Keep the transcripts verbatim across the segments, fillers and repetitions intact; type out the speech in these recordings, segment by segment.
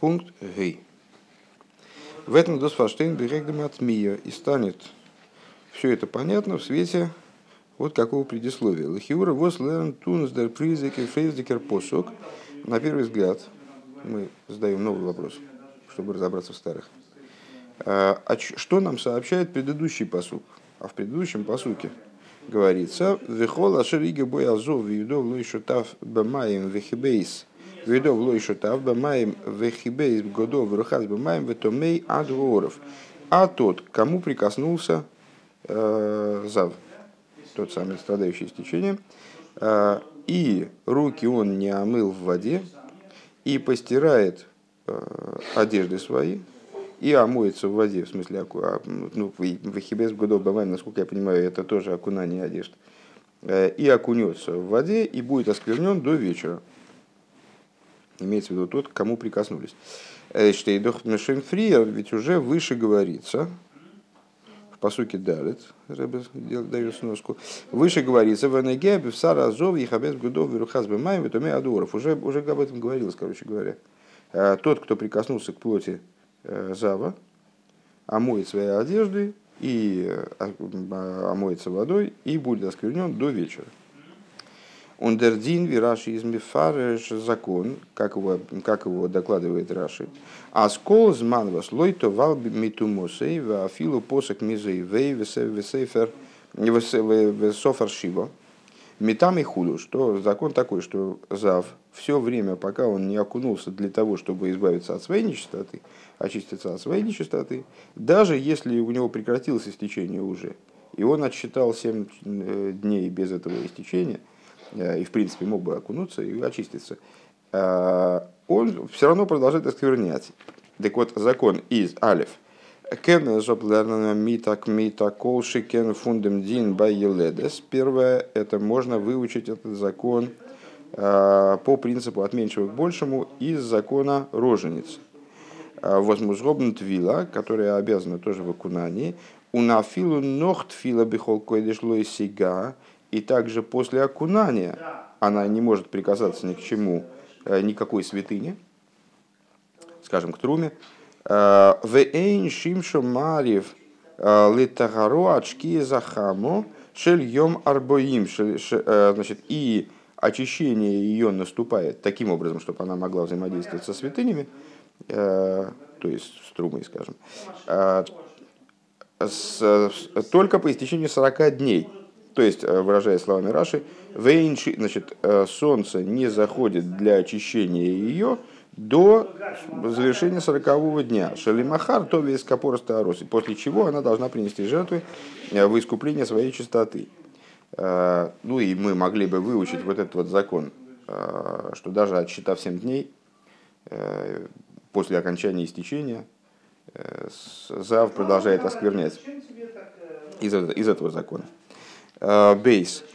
Пункт Г. В этом досфаштейн бирегдем от мия, и станет все это понятно в свете вот какого предисловия. Лахиура вос лерн тунс дер призеке фрейздекер посок. На первый взгляд мы задаем новый вопрос, чтобы разобраться в старых. А что нам сообщает предыдущий пасук? А в предыдущем пасуке говорится: «Вехол ашер иге бой азов виюдов лой шутав бамаем вехибейс виюдов лой шутав бамаем вехибейс годов врухаз бамаем ветомей адворов». А тот, кому прикоснулся э, зав, тот самый страдающий истечением, э, и руки он не омыл в воде, и постирает э, одежды свои, и омоется в воде, в смысле, ну, вахибес годов бамаем, насколько я понимаю, это тоже окунание одежд, и окунется в воде, и будет осквернен до вечера. Имеется в виду тот, к кому прикоснулись. Штейдох мешенфриер, ведь уже выше говорится, в пасуке далит, Ребе дает сноску, выше говорится, венеге бифсара азов ехабес годов вирухаз бамаем витоме адоров. Уже, уже об этом говорилось, короче говоря. Тот, кто прикоснулся к плоти зава, омоет свои одежды и омоется водой и будет осквернен до вечера. Ундердин вираши из мифареш закон, как его, как его докладывает Раши. Аскол зманвас лойто вал митумосей вафилу посок мизей вей весейфер весофар шива. Метам и худу, что закон такой, что зав все время, пока он не окунулся для того, чтобы избавиться от своей нечистоты, очиститься от своей нечистоты, даже если у него прекратилось истечение уже, и он отсчитал семь дней без этого истечения, и в принципе мог бы окунуться и очиститься, он все равно продолжает осквернять. Так вот, закон из Алеф. Первое, это можно выучить этот закон по принципу от меньшего к большему из закона роженицы. Возмузгобн твила, которая обязана тоже в окунании, унафилу нохтфила бихол койдешлой сига, и также после окунания она не может прикасаться ни к чему, никакой святыне, скажем, к труме. Вэйн шимшо марив литагаро очки захамо шельем арбоим, значит, и очищение ее наступает таким образом, чтобы она могла взаимодействовать со святынями, то есть с трумой, скажем, с, только по истечению сорока дней. То есть, выражая словами Раши, вэйнши, значит, солнце не заходит для очищения ее до завершения сорокового дня. Шалимахар, то весь капор стаароси, после чего она должна принести жертвы в искупление своей чистоты. Ну и мы могли бы выучить вот этот вот закон, что даже отсчитав семь дней после окончания истечения, зав продолжает осквернять из, из этого закона. Бейс.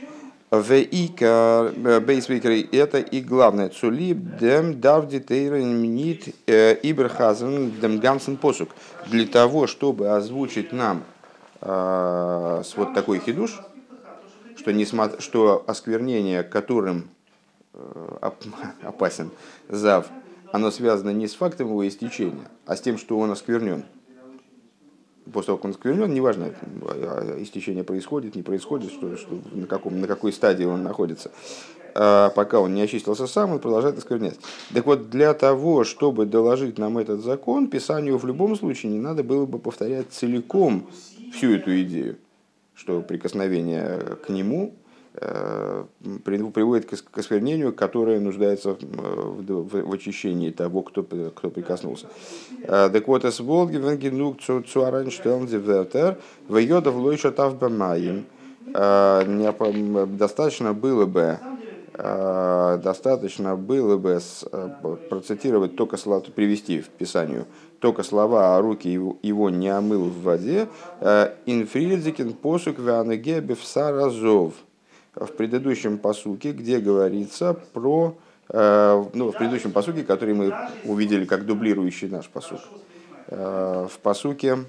Бейс-викер, это и главное. Цулиб дем давди тейрен минит иберхазен дем гансен посук. Для того, чтобы озвучить нам э, вот такой хидуш, что, несмотря, что осквернение, которым э, опасен зав, оно связано не с фактом его истечения, а с тем, что он осквернен. После того, как он осквернен, неважно, истечение происходит, не происходит, что, что, на, каком, на какой стадии он находится. А пока он не очистился сам, он продолжает осквернять. Так вот, для того, чтобы доложить нам этот закон, Писанию в любом случае не надо было бы повторять целиком всю эту идею, что прикосновение к нему приводит к осквернению, которое нуждается в, в, в очищении того, кто, кто прикоснулся. Так вот, с Волги венгенук цуаран штелнзевертер вейодов лойша тавбамаим. Достаточно было бы достаточно было бы процитировать только слова, привести в Писанию только слова, а руки его, его не омыл в воде. Инфридзикин посук ванеге бефсаразов. В предыдущем пасуке, где говорится про, ну, в предыдущем пасуке, который мы увидели как дублирующий наш пасук, в пасуке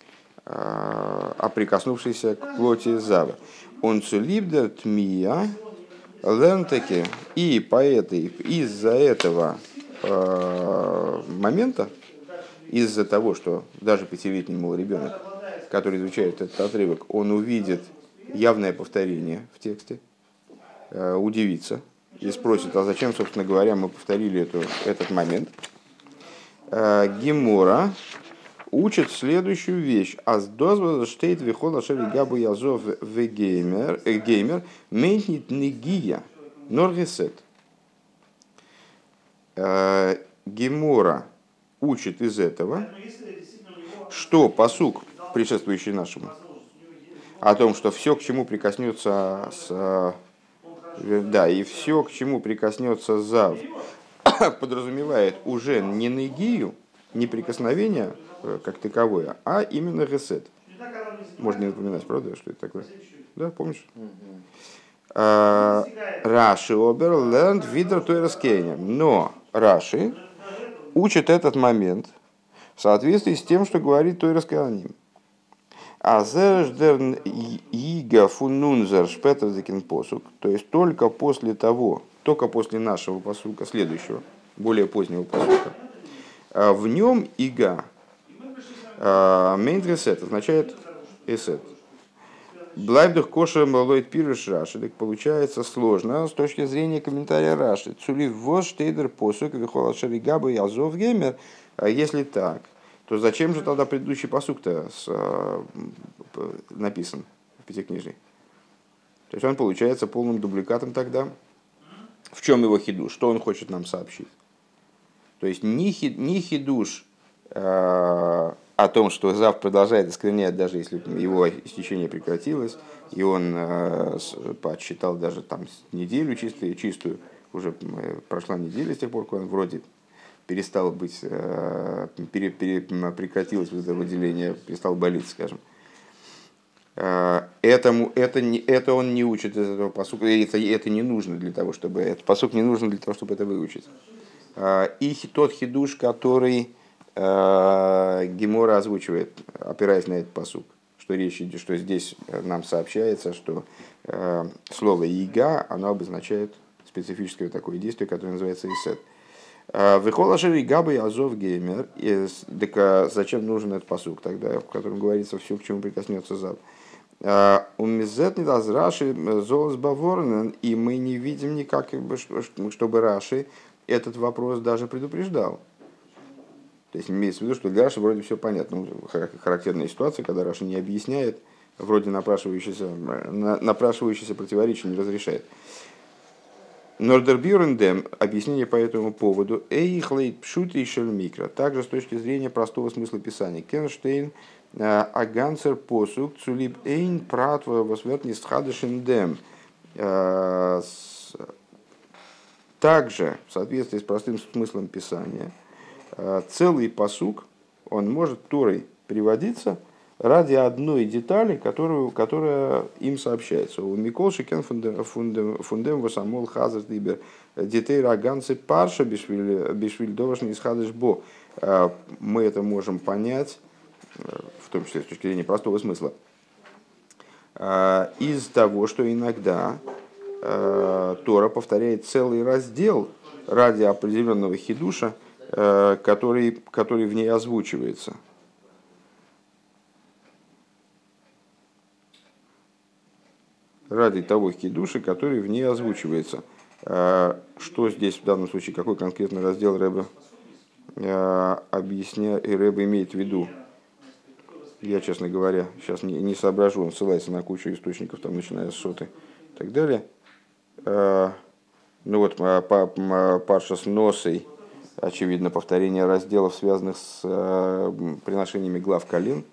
о прикоснувшейся к плоти зава. Он цулибдер тмия лентеки, и по этой, из-за этого э, момента, из-за того, что даже пятилетний мол ребенок, который изучает этот отрывок, он увидит явное повторение в тексте, э, удивится и спросит, а зачем, собственно говоря, мы повторили эту, этот момент. Э, Гемора учит следующую вещь. Аз дозвол штейт вихола шери габу язов в геймер, геймер мейнит нигия норгесет. Гемора учит из этого, что пасук, предшествующий нашему, о том, что все, к чему прикоснется с, да, и все, к чему прикоснется зав, подразумевает уже не нигию, не прикосновение как таковое, а именно гесет. Можно не напоминать, правда, что это такое? Да, помнишь? Раши обер lernt wieder Teures Keinem. Но Раши учит этот момент в соответствии с тем, что говорит Teures Kenim. Азерш дерн ига фунунзер шпетердекен посук. То есть только после того, только после нашего посука, следующего, более позднего посука, в нем ига мейнтресет означает эсет. Блайбдух коша малойт пируш Раши. Так получается сложно с точки зрения комментария Раши. Цулив воз штейдер посук вихола шаригаба и азов геймер. Если так, то зачем же тогда предыдущий посук-то с, написан в Пятикнижии? То есть он получается полным дубликатом тогда. В чем его хидуш? Что он хочет нам сообщить? То есть ни, хид, ни хидуш э, о том, что зав продолжает осквернять, даже если его истечение прекратилось, и он э, подсчитал даже там неделю чистую, чистую, уже прошла неделя с тех пор, как он вроде перестал быть, э, пере, пере, прекратилось это выделение, перестал болеть, скажем. Э, этому, это, не, это он не учит из этого пасука, это, это не нужно для того, чтобы, этот пасук не нужен для того, чтобы это выучить. Э, и тот хидуш, который Гемора озвучивает, опираясь на этот пасук, что речь идет, что здесь нам сообщается, что э, слово «ига», оно обозначает специфическое такое действие, которое называется «исет». «Вехола шери габа и азов геймер». Так зачем нужен этот пасук тогда, в котором говорится все, к чему прикоснется зав? «Умизет не даз Раши золос баворнен». И мы не видим никак, чтобы Раши этот вопрос даже предупреждал. То есть имеется в виду, что для Раши вроде все понятно. Характерная ситуация, когда Раши не объясняет, вроде напрашивающееся, напрашивающееся противоречие не разрешает. Нордербюрендем, объяснение по этому поводу, эйхлейт пшути и шельмикро, также с точки зрения простого смысла писания. Кенштейн агансер посук цулиб эйн пратва восвертни схадышендем. Также, в соответствии с простым смыслом писания, целый пасук, он может Торой приводиться ради одной детали, которую, которая им сообщается. У Микол Шикен фундем восамол хазар дибер детей раганцы парша бишвиль довашни исхадыш бо. Мы это можем понять, в том числе с точки зрения простого смысла, из того, что иногда Тора повторяет целый раздел ради определенного хидуша, который, который в ней озвучивается. Ради того хидуша, который в ней озвучивается. Что здесь в данном случае, какой конкретный раздел Ребе объясняет, и Ребе имеет в виду? Я, честно говоря, сейчас не, не соображу, он ссылается на кучу источников, там, начиная с соты и так далее. Ну вот, парша с носой, очевидно, повторение разделов, связанных с э, приношениями глав колен,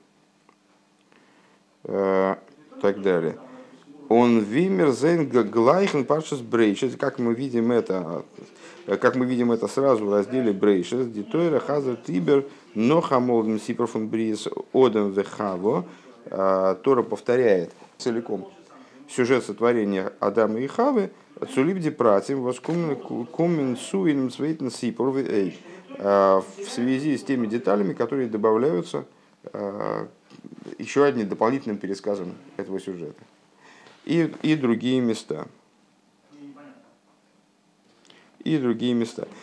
э, и так далее. Он вимер зейн глайхен паршас брейшес, как мы видим это, как мы видим это сразу в разделе брейшес, дитойра хазар тибер нохамолден сипрофун бриес одем вехаво. Тора повторяет целиком сюжет сотворения Адама и Хавы, цулибди пратим воскумен суин свейтен сипор в связи с теми деталями, которые добавляются еще одним дополнительным пересказом этого сюжета. И, и другие места. И другие места.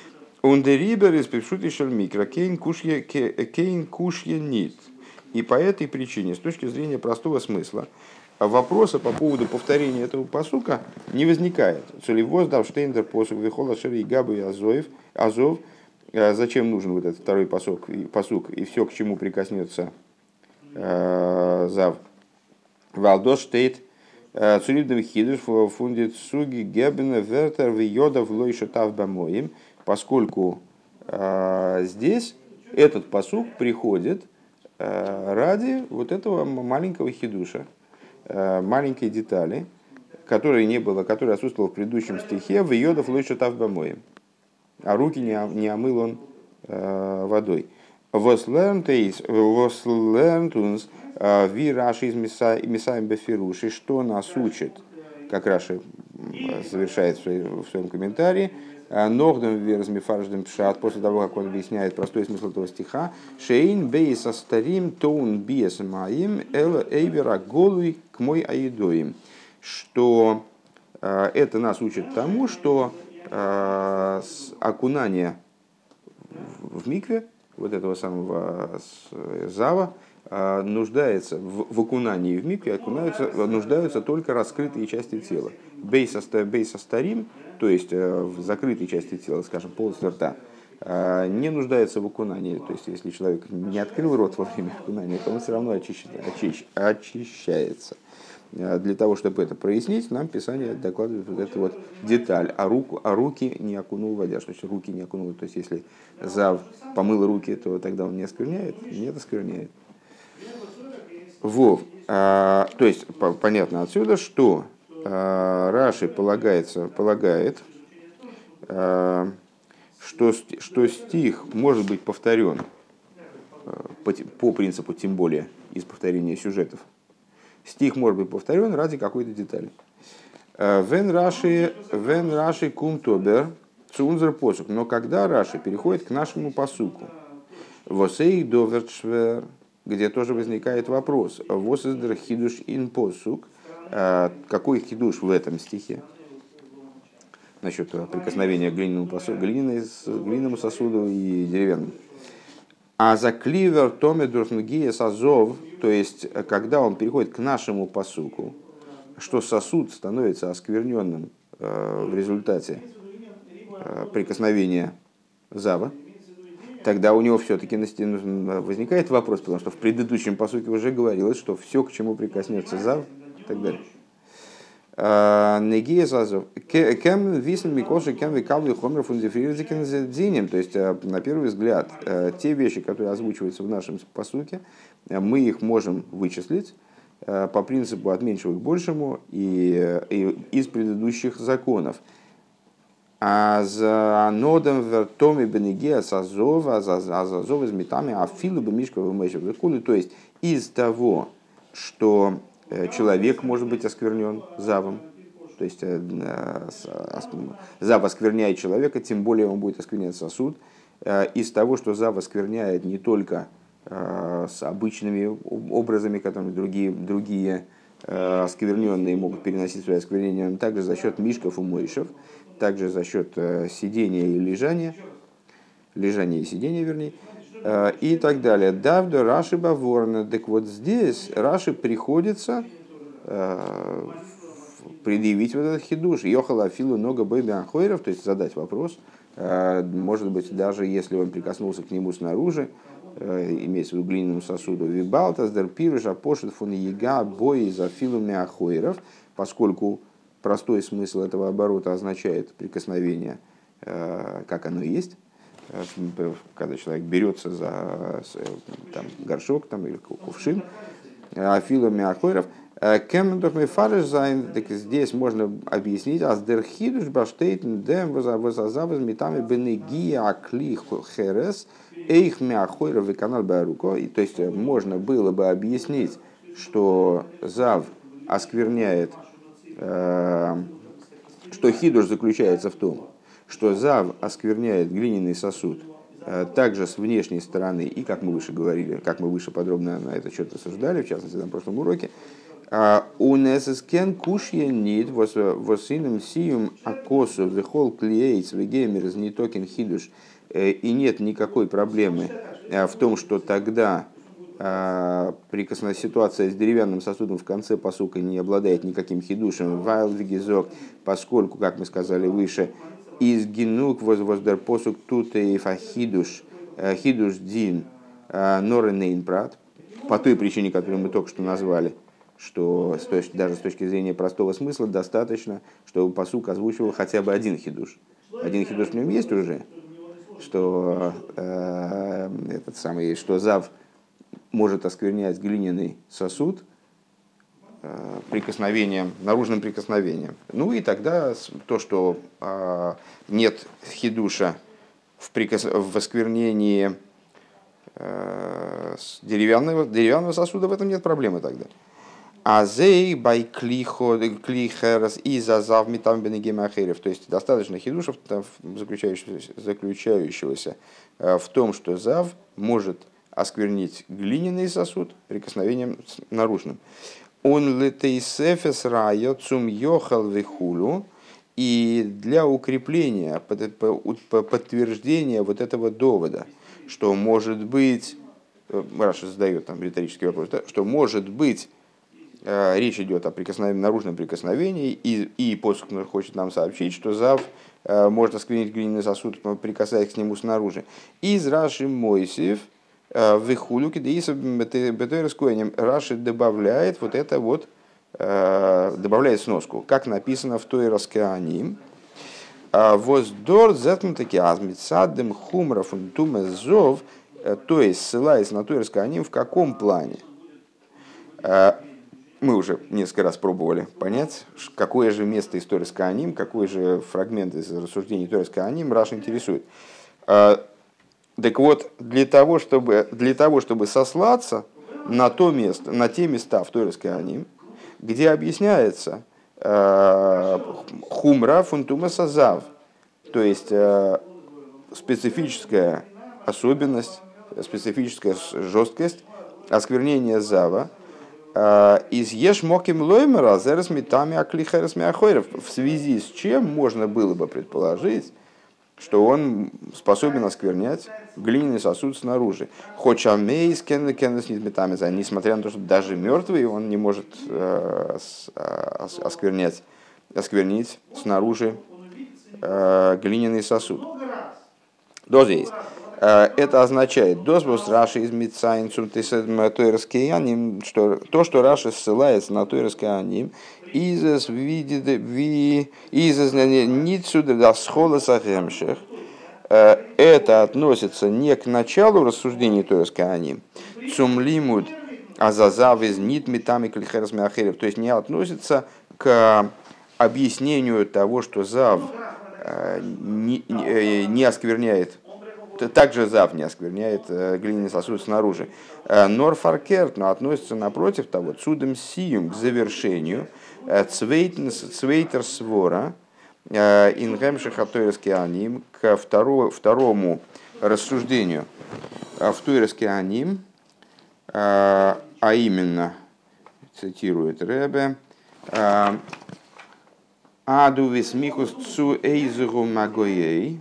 Ундерибер из пившуты шельмикра кейн кушье кейн кушье нит. И по этой причине, с точки зрения простого смысла, вопроса по поводу повторения этого пасука не возникает. Целевоз дав штейндер посук вихола шери габы азоев азов. Зачем нужен вот этот второй пасук, пасук и все, к чему прикоснется э, зав. Валдос штейт цуридом хидуш фундит суги гебена вертер виодов лойшатав бамоим. Поскольку э, здесь этот пасук приходит э, ради вот этого маленького хидуша, э, маленькой детали, которой не было, которая отсутствовала в предыдущем стихе, в йодов лойшатав бамоим, а руки не, не омыл он э, водой. Вослернтейс, вослернтунс, ви раши из мисаем бефируши, что нас учит, как Раши завершает в своем комментарии, Ногдем верзми фарждем пшат, после того, как он объясняет простой смысл этого стиха, шейн бейс астарим тоун биес маим эл эйвера голуй к мой аидоим, что э, это нас учит тому, что э, окунание в микве вот этого самого зава э, нуждается в, в окунании в микве, окунаются, нуждаются только раскрытые части тела. Бейс астарим, то есть в закрытой части тела, скажем, полость рта, не нуждается в окунании. То есть, если человек не открыл рот во время окунания, то он все равно очищается. Для того, чтобы это прояснить, нам Писание докладывает вот эту вот деталь. А, руку, а руки не окунул в воде. Что значит руки не окунул? То есть, если зав помыл руки, то тогда он не оскверняет? Нет, оскверняет. Вов. А, то есть, по, понятно отсюда, что Раши полагается, полагает, что, что стих может быть повторен по, по принципу, тем более, из повторения сюжетов. Стих может быть повторен ради какой-то детали. Вен Раши, вен Раши кумтобер цунзер посук. Но когда Раши переходит к нашему посуку, восей довершвер, где тоже возникает вопрос, восездер хидуш ин посук, какой хидуш в этом стихе насчет прикосновения к глиняному, посуду, глиняному сосуду и деревянному. А за кливер томе дурфнгия сазов, то есть когда он переходит к нашему посуку, что сосуд становится оскверненным в результате прикосновения зава, тогда у него все-таки возникает вопрос, потому что в предыдущем посуке уже говорилось, что все, к чему прикоснется зав, и так далее. Негия зазов. Кем висн микоши кем викавли хомер фундифрирзикен зинем. То есть, на первый взгляд, те вещи, которые озвучиваются в нашем посуке, мы их можем вычислить по принципу от меньшего к большему и, и из предыдущих законов. А за нодом вертоми бенегия сазова, а зазов из метами афилу бемишка вымещив. То есть, из того, что человек может быть осквернен завом, то есть зав оскверняет человека, тем более он будет осквернять сосуд. Из того, что зав оскверняет не только с обычными образами, которыми другие, другие оскверненные могут переносить свои осквернения, но также за счет мишков и мойшев, также за счет сидения и лежания, лежания и сидения, вернее, и так далее. Давда Раши Баворна. Так вот здесь Раши приходится э, предъявить вот этот хидуш. Йохала филу нога бэби анхойров, то есть задать вопрос. Э, может быть, даже если он прикоснулся к нему снаружи, э, имеется в виду глиняному сосуду, вибалтас дер пируш апошет фун ега бой за филу меахойров, поскольку простой смысл этого оборота означает прикосновение, э, как оно есть. Когда человек берется за там, горшок там, или кувшин, афилами ахойров, здесь можно объяснить, аздерхидуш баштейтен дем возазаваз метами бенегия акли херес эйх мяхойров и канал баруко. То есть можно было бы объяснить, что зав оскверняет, что хидуш заключается в том, что зав оскверняет глиняный сосуд также с внешней стороны, и как мы выше говорили, как мы выше подробно на этот счет рассуждали, в частности на прошлом уроке, у несескен кушья нит восиным сиюм акосу вехол клеец вегеймер знитокин хидуш и нет никакой проблемы в том, что тогда прикосновенная ситуация с деревянным сосудом в конце пасука не обладает никаким хидушем, вайл вегизок, поскольку, как мы сказали выше, из генук воздер посук тут и фахидуш, хидуш дин норенейн прат, по той причине, которую мы только что назвали, что даже с точки зрения простого смысла достаточно, чтобы пасук озвучивал хотя бы один хидуш. Один хидуш в нем есть уже, что э, этот самый, что зав может осквернять глиняный сосуд э, прикосновением, наружным прикосновением. Ну и тогда то, что э, нет хидуша в, прикос... в осквернении э, деревянного, деревянного сосуда, в этом нет проблемы тогда. А зей бай клихерс и зазав метам бенегемахерев. То есть достаточно хидушев, заключающегося, заключающегося в том, что зав может осквернить глиняный сосуд прикосновением наружным. Он летейсефес райо цум йохал вихулю. И для укрепления, подтверждения вот этого довода, что может быть, Раша задает там риторический вопрос, да, что может быть, речь идет о прикосновении, наружном прикосновении, и, и посох хочет нам сообщить, что зав может осквернить глиняный сосуд, прикасаясь к нему снаружи. Из Раши Мойсев в Ихулюке Раши добавляет вот это вот, добавляет сноску, как написано в Тойрас Кеаним. Воздор зетм таки азмитсадем хумра фунтуме зов, то есть ссылаясь на Тойрас Кеаним, в каком плане? Мы уже несколько раз пробовали понять, какое же место из Тойрас Кеаним, какой же фрагмент из рассуждений Тойрас Кеаним Раш интересует. Так вот, для того, чтобы, для того, чтобы сослаться на то место, на те места в Тойрас Кеаним, где объясняется э, хумра фунтума сазав, то есть э, специфическая особенность, специфическая жесткость осквернения зава, из еш моким лоймера зерес метами аклихерес миахойров, в связи с чем можно было бы предположить, что он способен осквернять глиняный сосуд снаружи. Хочамейс кеннес не метами, несмотря на то, что даже мертвый он не может э, осквернять, осквернить снаружи э, глиняный сосуд. Доза есть. Это означает, Раши из Митсайнцум Тойрас Кеаним, что то, что Раши ссылается на Тойрас Кеаним, изес видит изес ницуда да схола сахемших, это относится не к началу рассуждений Тойрас Кеаним, цум лимуд азазав из нит метами клихерас миахерев, то есть не относится к объяснению того, что зав не, не, не оскверняет. Также зав не оскверняет э, глиняный сосуд снаружи. Норфаркерт, но относится напротив того, цудом сиюм к завершению, цвейтер свора, ингемших Тойрас Кеаним, к второму, второму рассуждению в Тойрас Кеаним, а именно, цитирует Ребе, аду висмихус цу эйзугу магоей,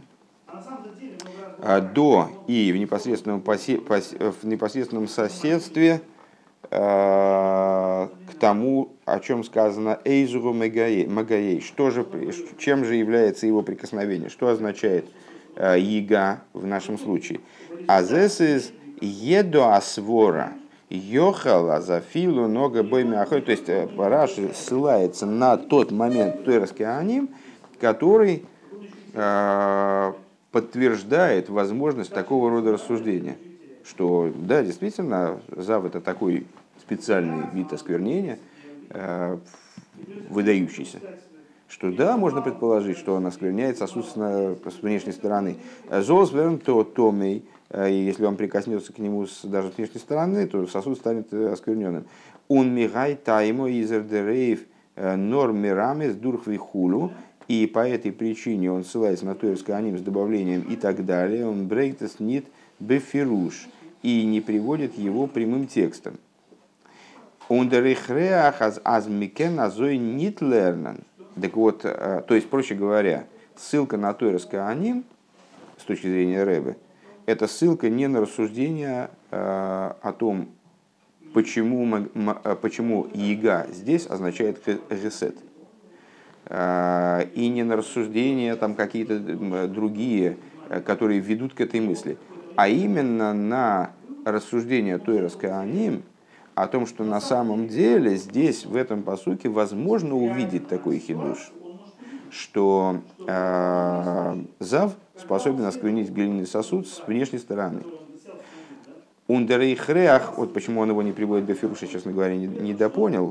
до и в непосредственном, посе, в непосредственном соседстве э, к тому, о чем сказано «эйзуру магаей». Что же, чем же является его прикосновение? Что означает э, «яга» в нашем случае? «Азес из едо асвора йохала зафилу нога бойми ахой». То есть Раши ссылается на тот момент Тойрас Кеаним, который э, подтверждает возможность такого рода рассуждения, что да, действительно, зав – это такой специальный вид осквернения, э, выдающийся, что да, можно предположить, что он оскверняет сосуд с внешней стороны. Золсверн то томей, если он прикоснется к нему с, даже с внешней стороны, то сосуд станет оскверненным. Он мигай таймо изердерейв норм мирамес дурхвихулю. И по этой причине он ссылается на Тойрас Кеаним с добавлением и так далее. Он брейктес нит бефируш и не приводит его прямым текстом. Ундерихреах аз микен азой нит лернан. Так вот, то есть, проще говоря, ссылка на Тойрас Кеаним с точки зрения Ребе, это ссылка не на рассуждение о том, почему, почему Ига здесь означает Гесет, и не на рассуждения там какие-то другие, которые ведут к этой мысли, а именно на рассуждение Тойрес Кааним о том, что на самом деле здесь, в этом пасуке, возможно увидеть такой хидуш, что э, Зав способен осквернить глиняный сосуд с внешней стороны. Ундерейхреах, вот почему он его не приводит до фируша, честно говоря, не, не допонял.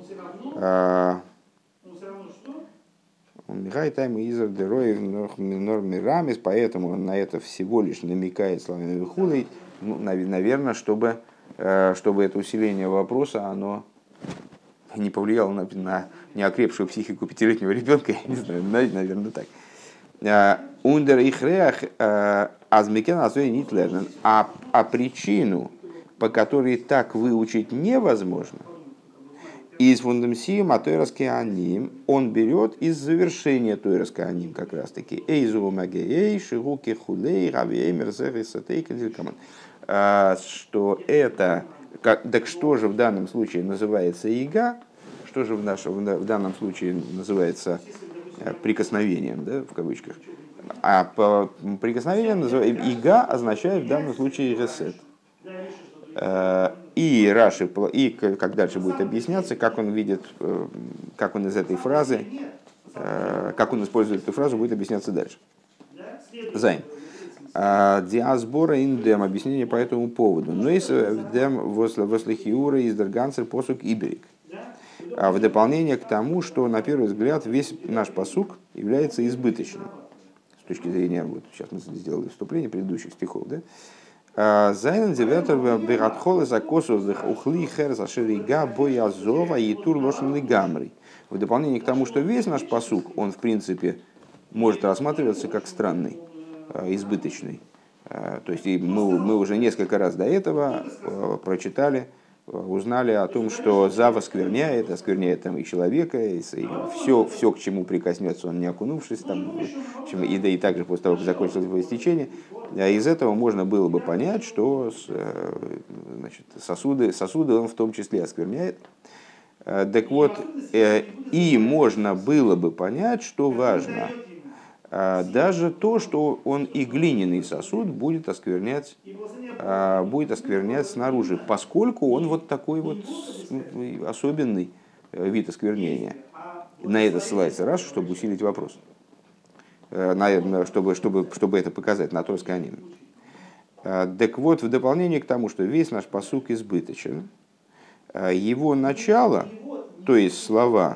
Он мигай тайм изер дероев нормирамис, поэтому он на это всего лишь намекает словами Вихулой, ну, наверное, чтобы, чтобы это усиление вопроса, оно не повлияло на, на неокрепшую психику пятилетнего ребенка, я не знаю, наверное, так. Ундер ихреах азмикен азой нитлернен, а причину, по которой так выучить невозможно, из фундамсием от Тойрес Кааним он берет из завершения Тойрес Кааним как раз таки. Эйзу магеей шигуки хулей равеймер зерисатейка дилькаман. Что это, как, так что же в данном случае называется ига, что же в, нашем, в данном случае называется прикосновением, да, в кавычках. А по прикосновением ига означает в данном случае ресет. И Раши, и как дальше будет объясняться, как он видит, как он из этой фразы, как он использует эту фразу, будет объясняться дальше. Зайн. Диасбора индем, объяснение по этому поводу. Но если дем вослехиура из дарганцер посук иберик. В дополнение к тому, что на первый взгляд весь наш посук является избыточным. С точки зрения, вот сейчас мы сделали вступление предыдущих стихов, да? Зайнен девятер бегатхолы за косуздых ухли хер за шерига боязова и тур лошен лигамри. В дополнение к тому, что весь наш пасук, он в принципе может рассматриваться как странный, избыточный. То есть мы, мы уже несколько раз до этого прочитали, узнали о том, что Зав оскверняет, оскверняет там и человека, и все, все, к чему прикоснется он, не окунувшись, там, и, да и также после того, как закончилось его истечение, из этого можно было бы понять, что значит, сосуды, сосуды он в том числе оскверняет. Так вот, и можно было бы понять, что важно, даже то, что он и глиняный сосуд будет осквернять, будет осквернять снаружи, поскольку он вот такой вот особенный вид осквернения. На это ссылается Раши, чтобы усилить вопрос, чтобы, чтобы, чтобы это показать на Тойрес Кааним. Так вот, в дополнение к тому, что весь наш пасук избыточен, его начало, то есть слова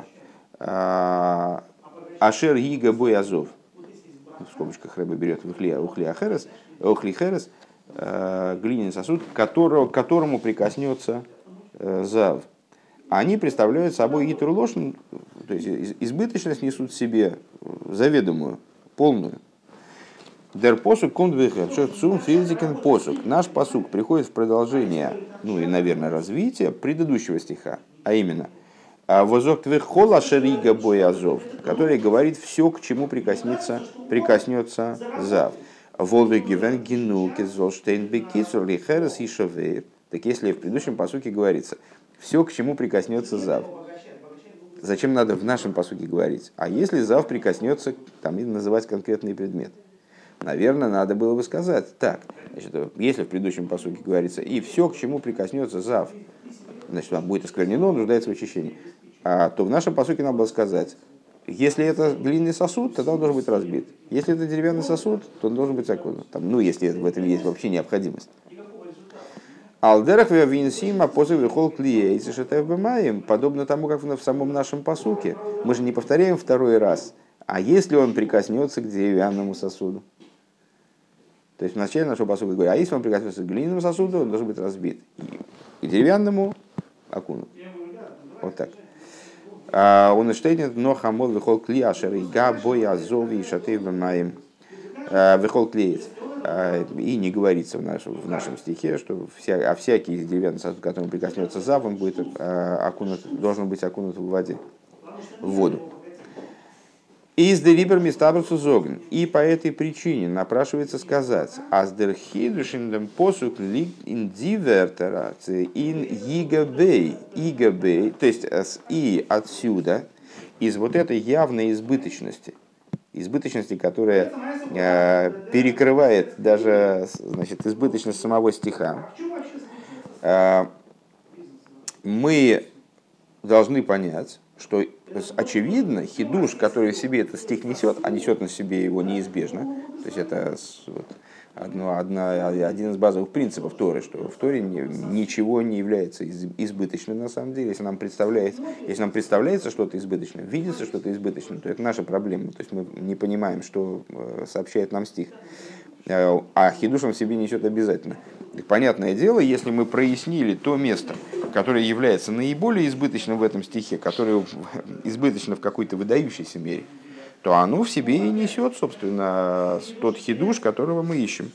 «Ашер гига бой азов», в скобочках Рэбе берет ухли херес, ухли херес, глиняный сосуд, которого, к которому прикоснется Зав. Они представляют собой итр лошен, то есть избыточность несут в себе заведомую, полную. Дер посук кондвихер, шерцум физикен посук. Наш посук приходит в продолжение, ну и, наверное, развитие предыдущего стиха, а именно «Возок твехола шерига боязов», который говорит все, к чему прикоснется, прикоснется Зав. «Волве гивен генуке золштейн бекицур лихерес и шавейр». Так если в предыдущем пасуке говорится все, к чему прикоснется Зав. Зачем надо в нашем пасуке говорить? А если Зав прикоснется, там и называть конкретный предмет? Наверное, надо было бы сказать так. Значит, если в предыдущем пасуке говорится и все, к чему прикоснется Зав, значит, он будет осквернено, нуждается в очищении. А то в нашем пасуке надо было сказать, если это длинный сосуд, тогда он должен быть разбит. Если это деревянный сосуд, то он должен быть окунут. Там, ну, если в этом есть вообще необходимость. Алдерах винсима позывы хол клией бэмаем, подобно тому, как в самом нашем пасуке. Мы же не повторяем второй раз. А если он прикоснется к деревянному сосуду? То есть в начале нашего пасука говорит, а если он прикоснется к глиняному сосуду, он должен быть разбит. И к деревянному окунут. Вот так. Он штейнет, но хамол вихол клиашер и габой азови и шатей бэмаем вихол клеец. И не говорится в нашем, в нашем стихе, что вся, а всякий деревянный сосуд, к которому прикоснется Зав, он будет окунут, должен быть окунут в воде, в воду. Из дерибер мистабрцу зогн. И по этой причине напрашивается сказать: «Аз дер хидуш ин дем посук лигт ин дивертера ин игабей». Игабей, то есть и отсюда, из вот этой явной избыточности, избыточности, которая э, перекрывает даже, значит, избыточность самого стиха, э, мы должны понять, что очевидно, хидуш, который в себе этот стих несет, а несет на себе его неизбежно, то есть это вот одно, одна, один из базовых принципов Торы, что в Торе ничего не является избыточным на самом деле. Если нам, представляется, если нам представляется что-то избыточным, видится что-то избыточным, то это наша проблема. То есть мы не понимаем, что сообщает нам стих. А хидуш он в себе несет обязательно. Понятное дело, если мы прояснили то место, которое является наиболее избыточным в этом стихе, которое избыточно в какой-то выдающейся мере, то оно в себе и несет, собственно, тот хидуш, которого мы ищем.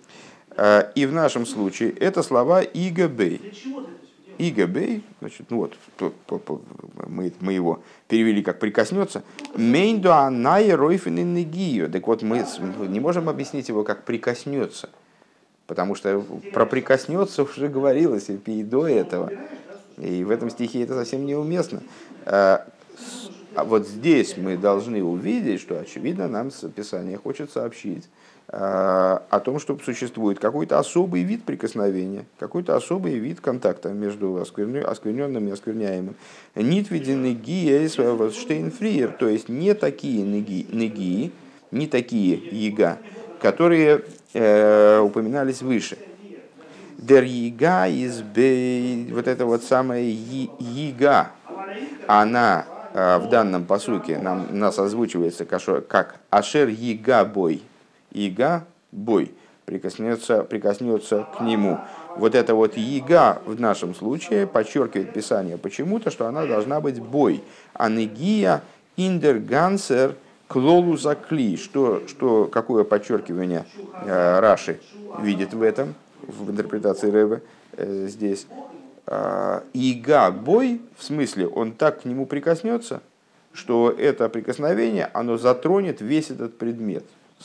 И в нашем случае это слова «игабей». «Игабей», значит, ну вот, мы, мы его перевели как «прикоснется». «Мейнду анай ройфен негию». Так вот, мы не можем объяснить его как «прикоснется», потому что про «прикоснется» уже говорилось и до этого. И в этом стихе это совсем неуместно. А вот здесь мы должны увидеть, что, очевидно, нам Писание хочет сообщить о том, что существует какой-то особый вид прикосновения, какой-то особый вид контакта между оскверненным и оскверняемым. Нитвиден гия штейнфриер, то есть не такие неги, не такие яга, которые э, упоминались выше. Дер яга из бей, вот это вот самая яга, она э, в данном пасуке нам, нас озвучивается как ашер яга бой. Ига, бой, прикоснется, прикоснется к нему. Вот это вот ига в нашем случае подчеркивает Писание почему-то, что она должна быть бой. А негия индер гансер клолу закли. Что, что, какое подчеркивание э, Раши видит в этом, в интерпретации Ребе э, здесь. Э, ига, бой, в смысле, он так к нему прикоснется, что это прикосновение, оно затронет весь этот предмет.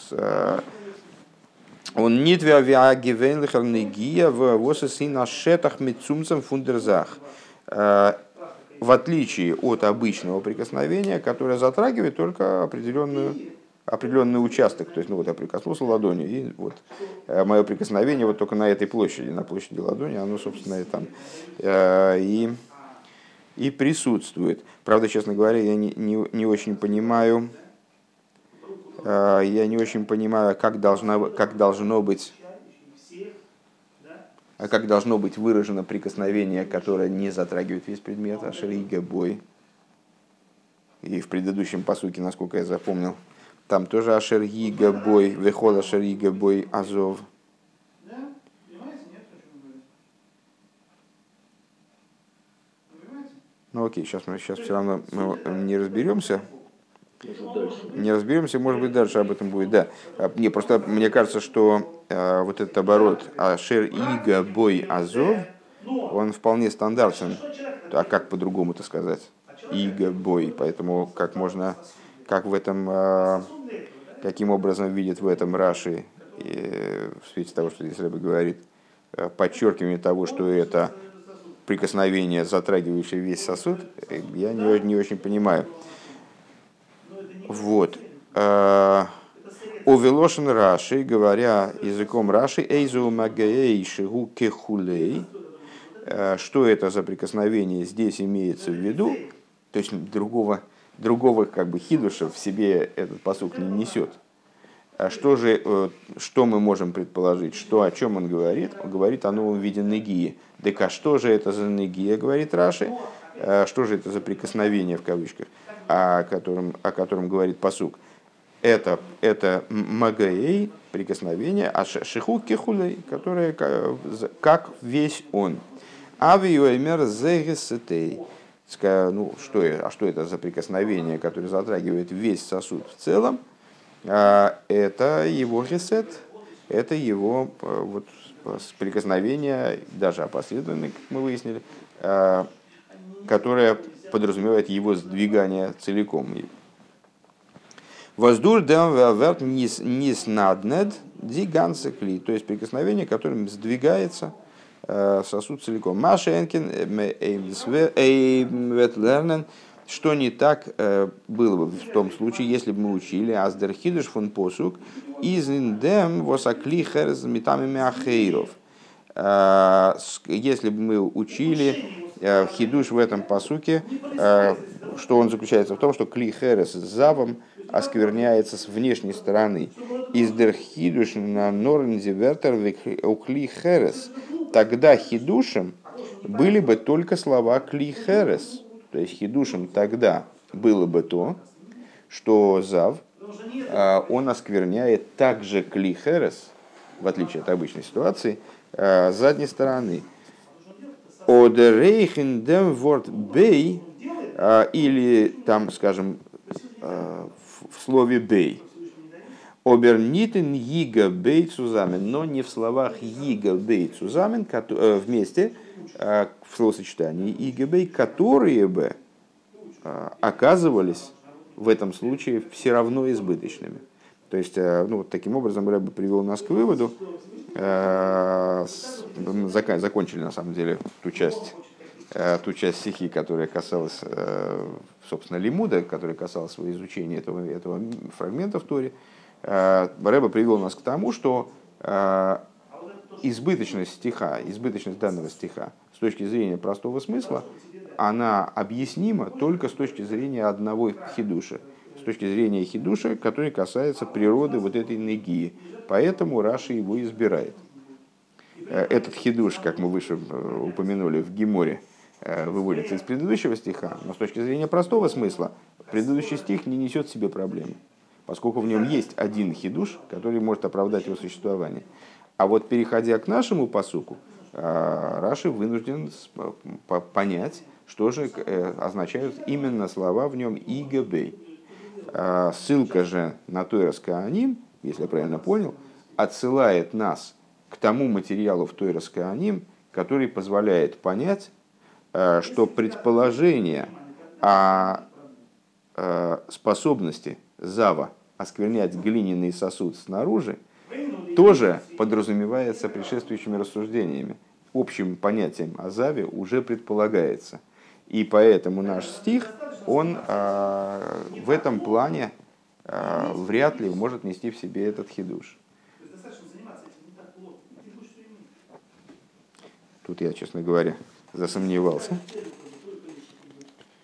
Он не твя гивенлихер негия в восеси на шетах митцумцем фундерзах. В отличие от обычного прикосновения, которое затрагивает только определенную, определенный участок. То есть, ну вот я прикоснулся ладонью, и вот мое прикосновение вот только на этой площади, на площади ладони, оно, собственно, и там и, и присутствует. Правда, честно говоря, я не, не, не очень понимаю, Я не очень понимаю, как, должна, как, должно быть, как должно быть выражено прикосновение, которое не затрагивает весь предмет, а шерига бой. И в предыдущем пасуке, насколько я запомнил, там тоже ашерьига бой, вехола шерига бой азов. Ну окей, сейчас мы сейчас все равно мы не разберемся. Не разберемся, может быть, дальше об этом будет, да. Не, просто мне кажется, что э, вот этот оборот «ашер ига бой азов», он вполне стандартен. А как по-другому это сказать? Ига бой. Поэтому как можно, как в этом, э, каким образом видит в этом Раши, э, в свете того, что здесь Ребе говорит, э, подчеркивание того, что это прикосновение, затрагивающее весь сосуд, э, я не, не очень понимаю. Вот. Овелошен Раши, говоря языком Раши, эйзу магеей шигу кехулей, что это за прикосновение здесь имеется в виду, то есть другого, другого как бы хидуша в себе этот пасук не несет. А что же, что мы можем предположить, что, о чем он говорит? Он говорит о новом виде негии. Так а что же это за негия, говорит Раши? Что же это за прикосновение в кавычках, о котором, о котором говорит пасук? Это, это магаэй, прикосновение, а шиху кехулей, которое как весь он. Авиоэмер зэгесэтей. Ну, что, а что это за прикосновение, которое затрагивает весь сосуд в целом? Это его гесет, это его вот, прикосновение, даже опосредованное, как мы выяснили, которое подразумевает его сдвигание целиком. Воздур верт низ наднед ди гансе кли, то есть прикосновение, которым сдвигается сосуд целиком. Машенкин эймветлернен, что не так было бы в том случае, если бы мы учили аздер хидуш фон посук из индем восакли херз метами мяхейров. Если бы мы учили хидуш в этом посуке, что он заключается в том, что кли херес с завом оскверняется с внешней стороны. Из дер хидуш на норнзи вертер у кли херес. Тогда хидушем были бы только слова кли херес. То есть хидушем тогда было бы то, что зав, он оскверняет также кли херес, в отличие от обычной ситуации, с задней стороны. Одерейхен дем ворд бей, или там, скажем, в слове бей. Обернитен ига бей цузамен, но не в словах ига бей цузамен вместе, в словосочетании ига бей, которые бы оказывались в этом случае все равно избыточными. То есть, ну, вот таким образом Рэбе привел нас к выводу, закончили на самом деле ту часть, ту часть стихи, которая касалась, собственно, лимуда, которая касалась изучения этого, этого фрагмента в Торе. Рэбе привел нас к тому, что избыточность стиха, избыточность данного стиха с точки зрения простого смысла, она объяснима только с точки зрения одного хидуша, с точки зрения хидуша, который касается природы вот этой негии. Поэтому Раши его избирает. Этот хидуш, как мы выше упомянули в Геморе, выводится из предыдущего стиха, но с точки зрения простого смысла предыдущий стих не несет в себе проблемы, поскольку в нем есть один хидуш, который может оправдать его существование. А вот переходя к нашему пасуку, Раши вынужден понять, что же означают именно слова в нем «игабей». Ссылка же на Тойрес Кааним, если я правильно понял, отсылает нас к тому материалу в Тойрес Кааним, который позволяет понять, что предположение о способности зава осквернять глиняный сосуд снаружи тоже подразумевается предшествующими рассуждениями. Общим понятием о заве уже предполагается. И поэтому наш стих, он э, в этом плане э, вряд ли может нести в себе этот хидуш. Тут я, честно говоря, засомневался.